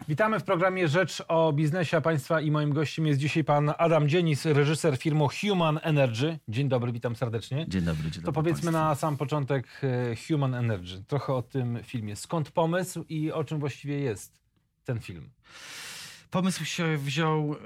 Witamy w programie Rzecz o biznesie państwa i moim gościem jest dzisiaj pan Adam Dzienis, reżyser filmu Human Energy. Dzień dobry, witam serdecznie. Dzień dobry. To powiedzmy na sam początek Human Energy. Trochę o tym filmie. Skąd pomysł i o czym właściwie jest ten film? Pomysł się wziął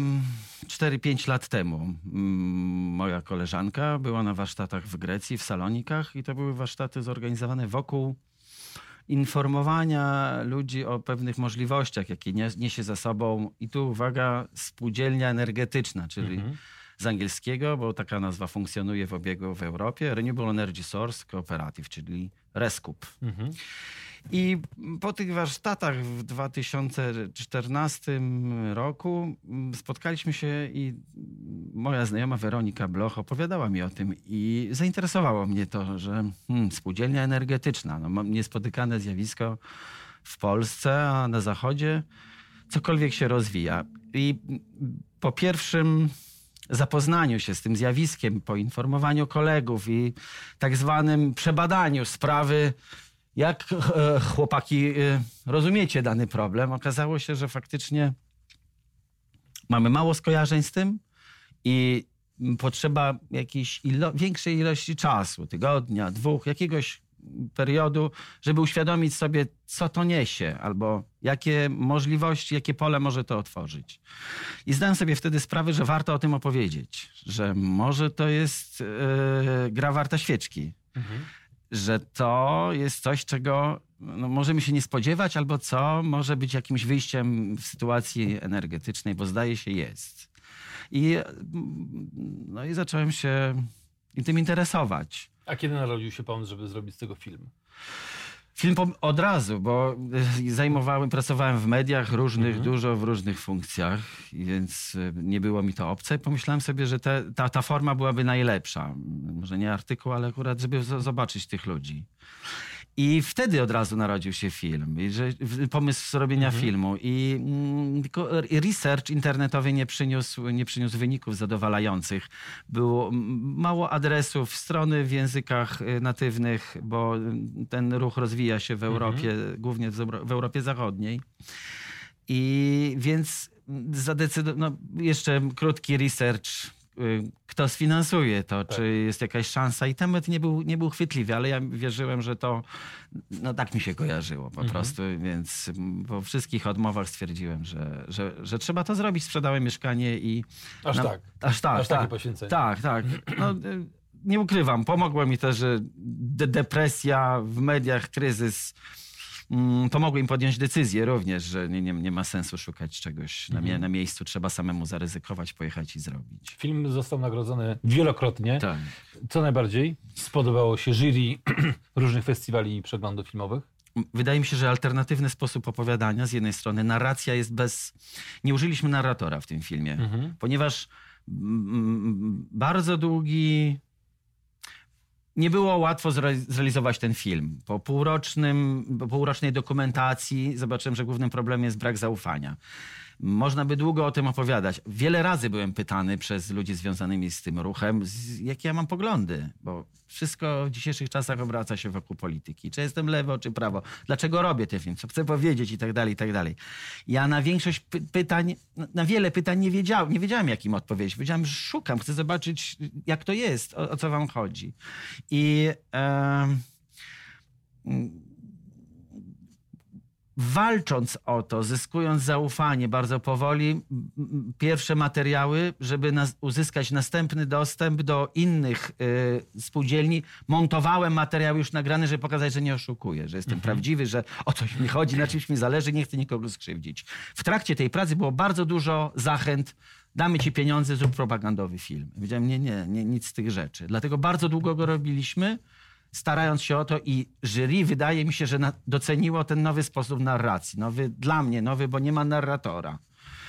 4-5 lat temu. Moja koleżanka była na warsztatach w Grecji, w Salonikach i to były warsztaty zorganizowane wokół informowania ludzi o pewnych możliwościach, jakie niesie za sobą, i tu uwaga, spółdzielnia energetyczna, czyli z angielskiego, bo taka nazwa funkcjonuje w obiegu w Europie, Renewable Energy Source Cooperative, czyli RESCOOP. I po tych warsztatach w 2014 roku spotkaliśmy się i moja znajoma Weronika Bloch opowiadała mi o tym i zainteresowało mnie to, że spółdzielnia energetyczna, niespotykane zjawisko w Polsce, a na Zachodzie cokolwiek się rozwija. I po pierwszym zapoznaniu się z tym zjawiskiem, poinformowaniu kolegów i tak zwanym przebadaniu sprawy, jak chłopaki rozumiecie dany problem, okazało się, że faktycznie mamy mało skojarzeń z tym i potrzeba jakiejś większej ilości czasu, tygodnia, 2, jakiegoś periodu, żeby uświadomić sobie, co to niesie, albo jakie możliwości, jakie pole może to otworzyć. I zdałem sobie wtedy sprawę, że warto o tym opowiedzieć, że może to jest gra warta świeczki. Że to jest coś, czego możemy się nie spodziewać, albo co może być jakimś wyjściem w sytuacji energetycznej, bo zdaje się jest. I zacząłem się tym interesować. A kiedy narodził się pomysł, żeby zrobić z tego film? Film od razu, bo pracowałem w mediach różnych, dużo w różnych funkcjach, więc nie było mi to obce. Pomyślałem sobie, że ta forma byłaby najlepsza. Może nie artykuł, ale akurat, żeby zobaczyć tych ludzi. I wtedy od razu narodził się film, pomysł zrobienia filmu. I tylko research internetowy nie przyniósł wyników zadowalających. Było mało adresów, strony w językach natywnych, bo ten ruch rozwija się w Europie, głównie w Europie Zachodniej. I więc jeszcze krótki research, kto sfinansuje to, czy jest jakaś szansa, i temat nie był chwytliwy, ale ja wierzyłem, że to tak mi się kojarzyło po prostu, więc po wszystkich odmowach stwierdziłem, że trzeba to zrobić. Sprzedałem mieszkanie i... Aż takie poświęcenie. Tak. Nie ukrywam, pomogło mi też, że depresja w mediach, kryzys pomogły im podjąć decyzję również, że nie ma sensu szukać czegoś na miejscu. Trzeba samemu zaryzykować, pojechać i zrobić. Film został nagrodzony wielokrotnie. Tak. Co najbardziej spodobało się jury różnych festiwali i przeglądów filmowych? Wydaje mi się, że alternatywny sposób opowiadania. Z jednej strony narracja jest nie użyliśmy narratora w tym filmie, ponieważ bardzo długi... Nie było łatwo zrealizować ten film. Po półrocznej dokumentacji zobaczyłem, że głównym problemem jest brak zaufania. Można by długo o tym opowiadać. Wiele razy byłem pytany przez ludzi związanymi z tym ruchem, jakie ja mam poglądy, bo wszystko w dzisiejszych czasach obraca się wokół polityki. Czy jestem lewo, czy prawo? Dlaczego robię ten film? Co chcę powiedzieć? I tak dalej, i tak dalej. Ja na większość pytań, na wiele pytań nie wiedziałem, jak im odpowiedzieć. Wiedziałem, że szukam, chcę zobaczyć, jak to jest, o co wam chodzi. I walcząc o to, zyskując zaufanie bardzo powoli, pierwsze materiały, żeby uzyskać następny dostęp do innych spółdzielni, montowałem materiały już nagrane, żeby pokazać, że nie oszukuję, że jestem prawdziwy, że o coś mi chodzi, na czymś mi zależy, nie chcę nikogo skrzywdzić. W trakcie tej pracy było bardzo dużo zachęt. Damy ci pieniądze, zrób propagandowy film. Powiedziałem, nie, nic z tych rzeczy. Dlatego bardzo długo go robiliśmy, starając się o to, i jury, wydaje mi się, że doceniło ten nowy sposób narracji. Dla mnie nowy, bo nie ma narratora.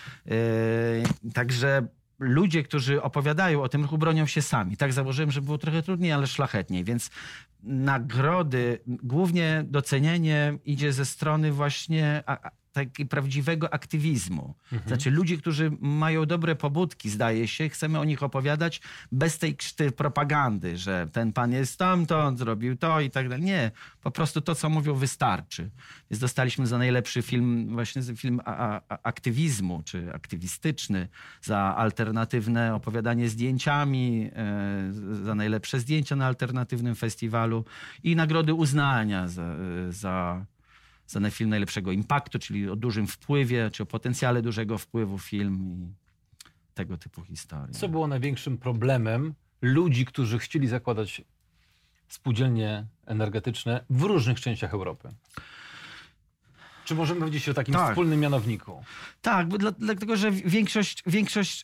Także ludzie, którzy opowiadają o tym ruchu, bronią się sami. Tak założyłem, że było trochę trudniej, ale szlachetniej. Więc nagrody, głównie docenienie idzie ze strony właśnie takiego prawdziwego aktywizmu. Znaczy ludzi, którzy mają dobre pobudki, zdaje się, chcemy o nich opowiadać bez tej krzty propagandy, że ten pan jest stamtąd, zrobił to i tak dalej. Nie, po prostu to, co mówią, wystarczy. Więc dostaliśmy za najlepszy film, właśnie film aktywizmu, czy aktywistyczny, za alternatywne opowiadanie zdjęciami, za najlepsze zdjęcia na alternatywnym festiwalu i nagrody uznania za film najlepszego impaktu, czyli o dużym wpływie, czy o potencjale dużego wpływu film i tego typu historie. Co było największym problemem ludzi, którzy chcieli zakładać spółdzielnie energetyczne w różnych częściach Europy? Czy możemy powiedzieć o takim wspólnym mianowniku? Tak, dlatego że większość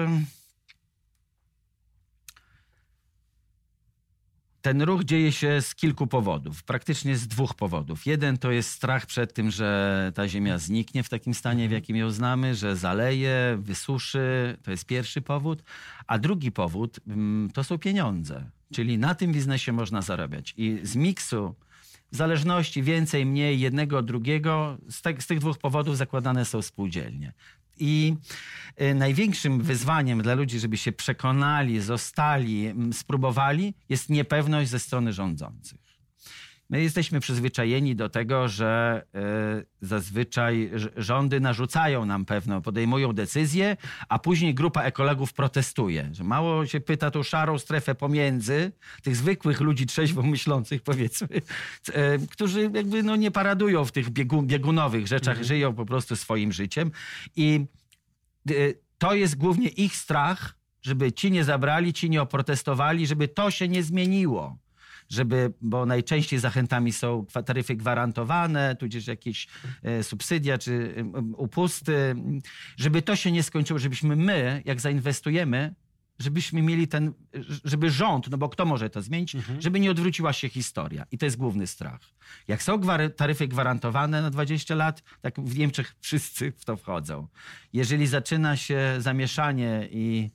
ten ruch dzieje się z kilku powodów, praktycznie z dwóch powodów. Jeden to jest strach przed tym, że ta ziemia zniknie w takim stanie, w jakim ją znamy, że zaleje, wysuszy. To jest pierwszy powód. A drugi powód to są pieniądze. Czyli na tym biznesie można zarabiać. I z miksu w zależności więcej, mniej, jednego od drugiego, z tych dwóch powodów zakładane są spółdzielnie. I największym wyzwaniem dla ludzi, żeby się przekonali, zostali, spróbowali, jest niepewność ze strony rządzących. My jesteśmy przyzwyczajeni do tego, że zazwyczaj rządy narzucają nam podejmują decyzje, a później grupa ekologów protestuje. Że mało się pyta tą szarą strefę pomiędzy tych zwykłych ludzi trzeźwo myślących, powiedzmy, którzy jakby nie paradują w tych biegunowych rzeczach, żyją po prostu swoim życiem. I to jest głównie ich strach, żeby ci nie zabrali, ci nie oprotestowali, żeby to się nie zmieniło. Bo najczęściej zachętami są taryfy gwarantowane, tudzież jakieś subsydia czy upusty, żeby to się nie skończyło, żebyśmy my, jak zainwestujemy, żebyśmy mieli żeby rząd, no bo kto może to zmienić, żeby nie odwróciła się historia. I to jest główny strach. Jak są taryfy gwarantowane na 20 lat, tak w Niemczech wszyscy w to wchodzą. Jeżeli zaczyna się zamieszanie i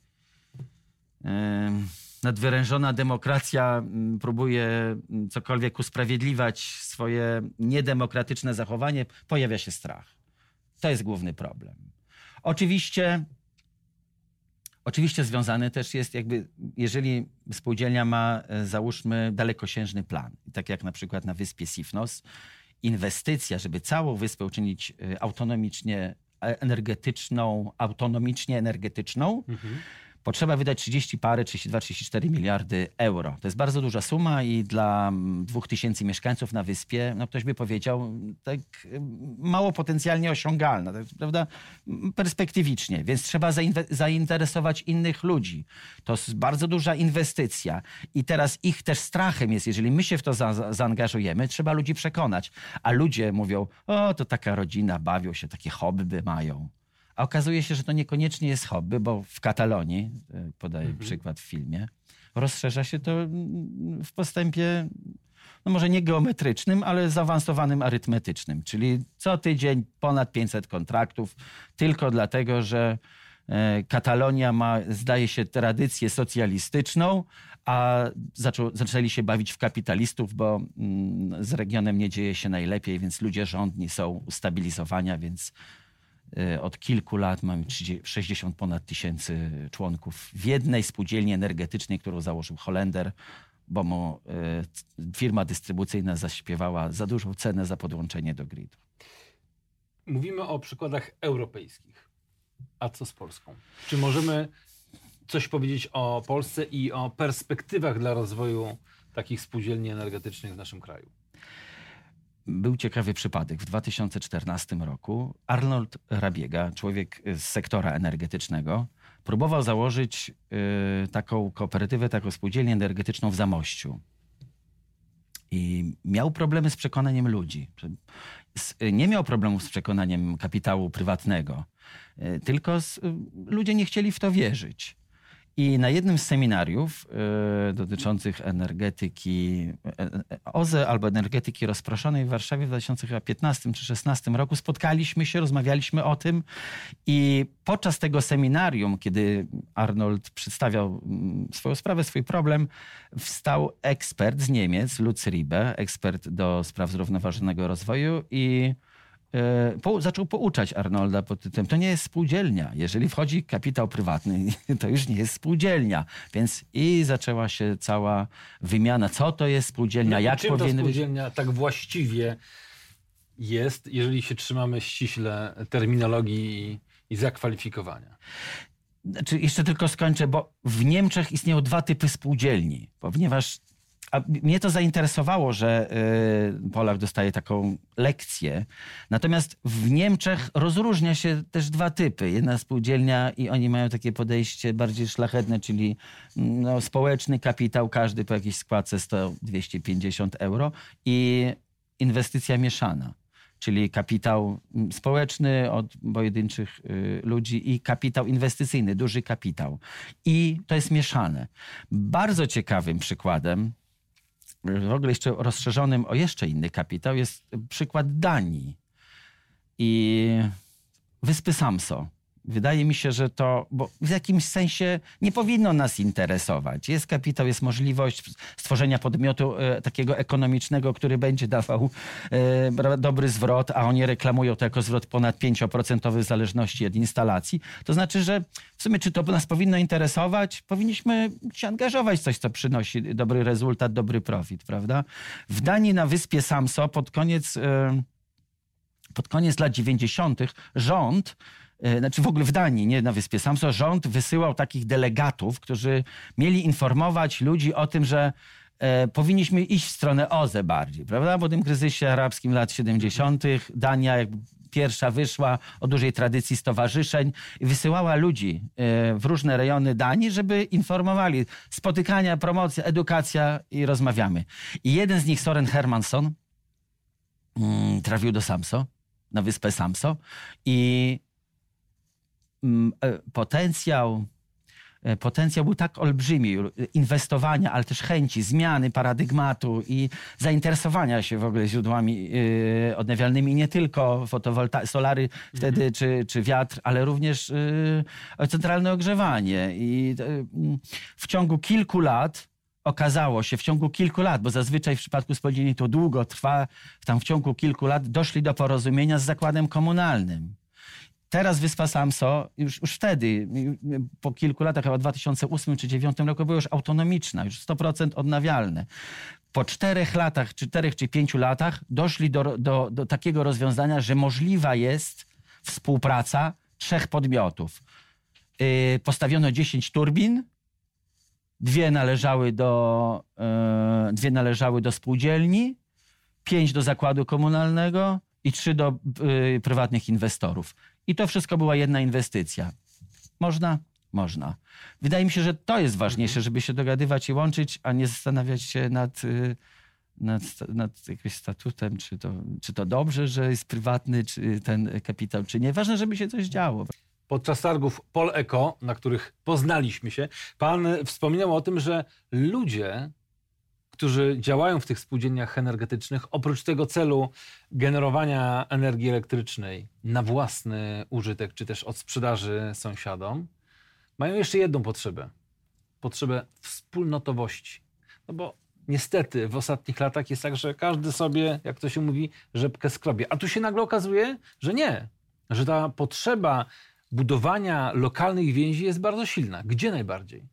nadwyrężona demokracja próbuje cokolwiek usprawiedliwiać swoje niedemokratyczne zachowanie, pojawia się strach. To jest główny problem. Oczywiście związany też jest jeżeli spółdzielnia ma, załóżmy, dalekosiężny plan, tak jak na przykład na wyspie Sifnos, inwestycja, żeby całą wyspę uczynić autonomicznie energetyczną, potrzeba wydać 32-34 miliardy euro. To jest bardzo duża suma i dla 2000 mieszkańców na wyspie, ktoś by powiedział, tak mało potencjalnie osiągalna, tak, prawda? Perspektywicznie. Więc trzeba zainteresować innych ludzi. To jest bardzo duża inwestycja. I teraz ich też strachem jest, jeżeli my się w to zaangażujemy, trzeba ludzi przekonać. A ludzie mówią, to taka rodzina, bawią się, takie hobby mają. A okazuje się, że to niekoniecznie jest hobby, bo w Katalonii, podaję przykład w filmie, rozszerza się to w postępie, może nie geometrycznym, ale zaawansowanym arytmetycznym. Czyli co tydzień ponad 500 kontraktów, tylko dlatego, że Katalonia ma, zdaje się, tradycję socjalistyczną, a zaczęli się bawić w kapitalistów, bo z regionem nie dzieje się najlepiej, więc ludzie rządni są ustabilizowani, więc od kilku lat mamy 60 ponad tysięcy członków w jednej spółdzielni energetycznej, którą założył Holender, bo mu firma dystrybucyjna zaśpiewała za dużą cenę za podłączenie do gridu. Mówimy o przykładach europejskich. A co z Polską? Czy możemy coś powiedzieć o Polsce i o perspektywach dla rozwoju takich spółdzielni energetycznych w naszym kraju? Był ciekawy przypadek. W 2014 roku Arnold Rabiega, człowiek z sektora energetycznego, próbował założyć taką kooperatywę, taką spółdzielnię energetyczną w Zamościu. I miał problemy z przekonaniem ludzi. Nie miał problemów z przekonaniem kapitału prywatnego, tylko ludzie nie chcieli w to wierzyć. I na jednym z seminariów dotyczących energetyki OZE albo energetyki rozproszonej w Warszawie w 2015 czy 2016 roku spotkaliśmy się, rozmawialiśmy o tym i podczas tego seminarium, kiedy Arnold przedstawiał swoją sprawę, swój problem, wstał ekspert z Niemiec, Lutz Riebe, ekspert do spraw zrównoważonego rozwoju i zaczął pouczać Arnolda pod tym. To nie jest spółdzielnia. Jeżeli wchodzi kapitał prywatny, to już nie jest spółdzielnia. Więc i zaczęła się cała wymiana. Co to jest spółdzielnia? Jak czym powinny ta być... spółdzielnia tak właściwie jest, jeżeli się trzymamy ściśle terminologii i zakwalifikowania? Znaczy, jeszcze tylko skończę, bo w Niemczech istnieją 2 typy spółdzielni, ponieważ mnie to zainteresowało, że Polak dostaje taką lekcję. Natomiast w Niemczech rozróżnia się też 2 typy. Jedna spółdzielnia i oni mają takie podejście bardziej szlachetne, czyli społeczny kapitał, każdy po jakiejś składce 100-250 euro i inwestycja mieszana. Czyli kapitał społeczny od pojedynczych ludzi i kapitał inwestycyjny, duży kapitał. I to jest mieszane. Bardzo ciekawym przykładem, w ogóle jeszcze rozszerzonym o jeszcze inny kapitał, jest przykład Danii i Wyspy Samso. Wydaje mi się, że to, bo w jakimś sensie nie powinno nas interesować. Jest kapitał, jest możliwość stworzenia podmiotu takiego ekonomicznego, który będzie dawał dobry zwrot, a oni reklamują to jako zwrot ponad 5% w zależności od instalacji. To znaczy, że w sumie czy to nas powinno interesować? Powinniśmy się angażować w coś, co przynosi dobry rezultat, dobry profit, prawda? W Danii na Wyspie Samso pod koniec lat 90. rząd, znaczy w ogóle w Danii, nie na Wyspie Samso, rząd wysyłał takich delegatów, którzy mieli informować ludzi o tym, że powinniśmy iść w stronę OZE bardziej, prawda? Po tym kryzysie arabskim lat 70. Dania jakby pierwsza wyszła o dużej tradycji stowarzyszeń i wysyłała ludzi w różne rejony Danii, żeby informowali. Spotykania, promocja, edukacja i rozmawiamy. I jeden z nich, Soren Hermansson, trafił do Samso, na wyspę Samso i potencjał był tak olbrzymi inwestowania, ale też chęci zmiany paradygmatu i zainteresowania się w ogóle źródłami odnawialnymi, nie tylko solary wtedy czy wiatr, ale również centralne ogrzewanie. I w ciągu kilku lat okazało się, bo zazwyczaj w przypadku spółdzielni to długo trwa, tam w ciągu kilku lat doszli do porozumienia z zakładem komunalnym. Teraz Wyspa Samso, już wtedy, po kilku latach, chyba w 2008 czy 2009 roku, była już autonomiczna, już 100% odnawialne. Po 4 latach, 4 czy 5 latach doszli do takiego rozwiązania, że możliwa jest współpraca 3 podmiotów. Postawiono 10 turbin, 2 należały do spółdzielni, 5 do zakładu komunalnego i 3 do prywatnych inwestorów. I to wszystko była jedna inwestycja. Można? Można. Wydaje mi się, że to jest ważniejsze, żeby się dogadywać i łączyć, a nie zastanawiać się nad jakimś statutem, czy to dobrze, że jest prywatny czy ten kapitał, czy nie. Ważne, żeby się coś działo. Podczas targów Pol-Eko, na których poznaliśmy się, pan wspominał o tym, że ludzie, którzy działają w tych spółdzielniach energetycznych, oprócz tego celu generowania energii elektrycznej na własny użytek, czy też od sprzedaży sąsiadom, mają jeszcze jedną potrzebę. Potrzebę wspólnotowości. No bo niestety w ostatnich latach jest tak, że każdy sobie, jak to się mówi, rzepkę skrobie. A tu się nagle okazuje, że nie. Że ta potrzeba budowania lokalnych więzi jest bardzo silna. Gdzie najbardziej?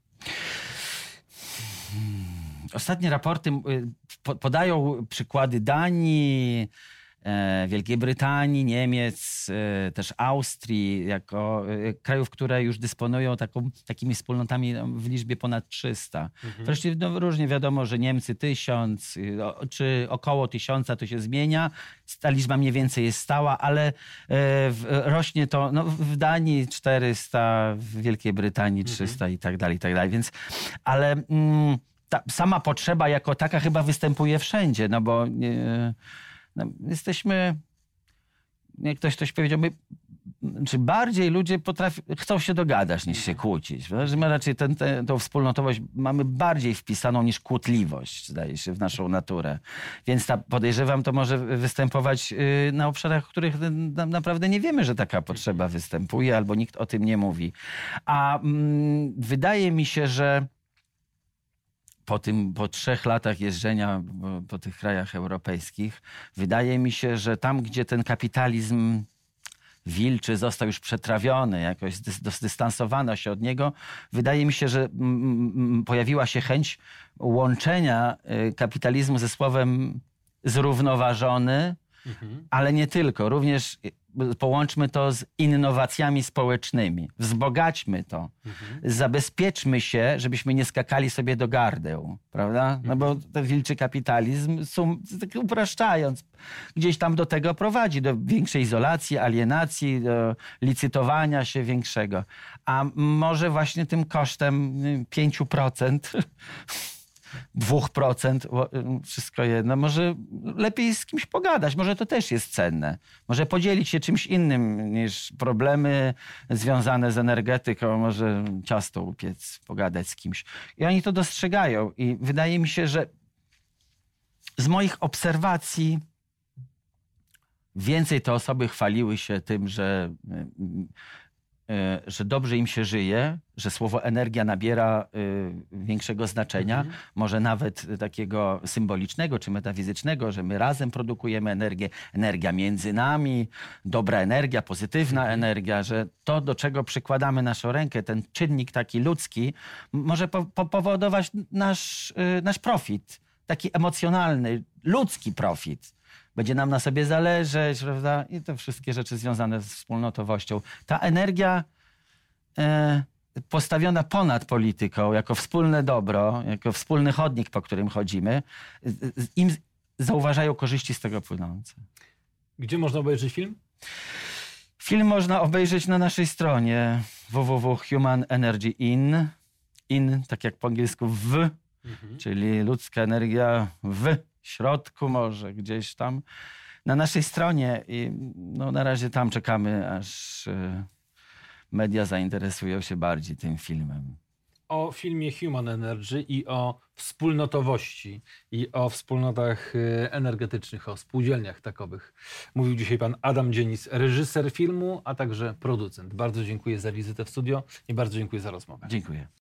Ostatnie raporty podają przykłady Danii, Wielkiej Brytanii, Niemiec, też Austrii, jako krajów, które już dysponują takimi wspólnotami w liczbie ponad 300. Wreszcie różnie wiadomo, że Niemcy 1000, czy około 1000 to się zmienia. Ta liczba mniej więcej jest stała, ale rośnie to w Danii 400, w Wielkiej Brytanii 300 i tak dalej, i tak dalej. Więc, ale ta sama potrzeba jako taka chyba występuje wszędzie, no bo jesteśmy, jak ktoś powiedział, czy bardziej ludzie chcą się dogadać niż się kłócić. Że my raczej tą wspólnotowość mamy bardziej wpisaną niż kłótliwość, zdaje się, w naszą naturę. Więc podejrzewam, to może występować na obszarach, w których naprawdę nie wiemy, że taka potrzeba występuje, albo nikt o tym nie mówi. A wydaje mi się, że po 3 latach jeżdżenia po tych krajach europejskich, wydaje mi się, że tam, gdzie ten kapitalizm wilczy został już przetrawiony, jakoś zdystansowano się od niego, wydaje mi się, że pojawiła się chęć łączenia kapitalizmu ze słowem zrównoważony, ale nie tylko. Również połączmy to z innowacjami społecznymi. Wzbogaćmy to. Zabezpieczmy się, żebyśmy nie skakali sobie do gardeł. Prawda? No bo ten wilczy kapitalizm, tak upraszczając, gdzieś tam do tego prowadzi. Do większej izolacji, alienacji, do licytowania się większego. A może właśnie tym kosztem 5%... 2%, wszystko jedno. Może lepiej z kimś pogadać, może to też jest cenne. Może podzielić się czymś innym niż problemy związane z energetyką, może ciasto upiec, pogadać z kimś. I oni to dostrzegają i wydaje mi się, że z moich obserwacji więcej te osoby chwaliły się tym, że dobrze im się żyje, że słowo energia nabiera większego znaczenia, może nawet takiego symbolicznego czy metafizycznego, że my razem produkujemy energię, energia między nami, dobra energia, pozytywna energia, że to, do czego przykładamy naszą rękę, ten czynnik taki ludzki, może powodować nasz profit, taki emocjonalny, ludzki profit. Będzie nam na sobie zależeć, prawda? I te wszystkie rzeczy związane z wspólnotowością. Ta energia postawiona ponad polityką, jako wspólne dobro, jako wspólny chodnik, po którym chodzimy, im zauważają korzyści z tego płynące. Gdzie można obejrzeć film? Film można obejrzeć na naszej stronie www.humanenergy.in. In, tak jak po angielsku czyli ludzka energia w środku może gdzieś tam. Na naszej stronie i no, na razie tam czekamy, aż media zainteresują się bardziej tym filmem. O filmie Human Energy i o wspólnotowości i o wspólnotach energetycznych, o spółdzielniach takowych. Mówił dzisiaj pan Adam Dzienis, reżyser filmu, a także producent. Bardzo dziękuję za wizytę w studio i bardzo dziękuję za rozmowę. Dziękuję.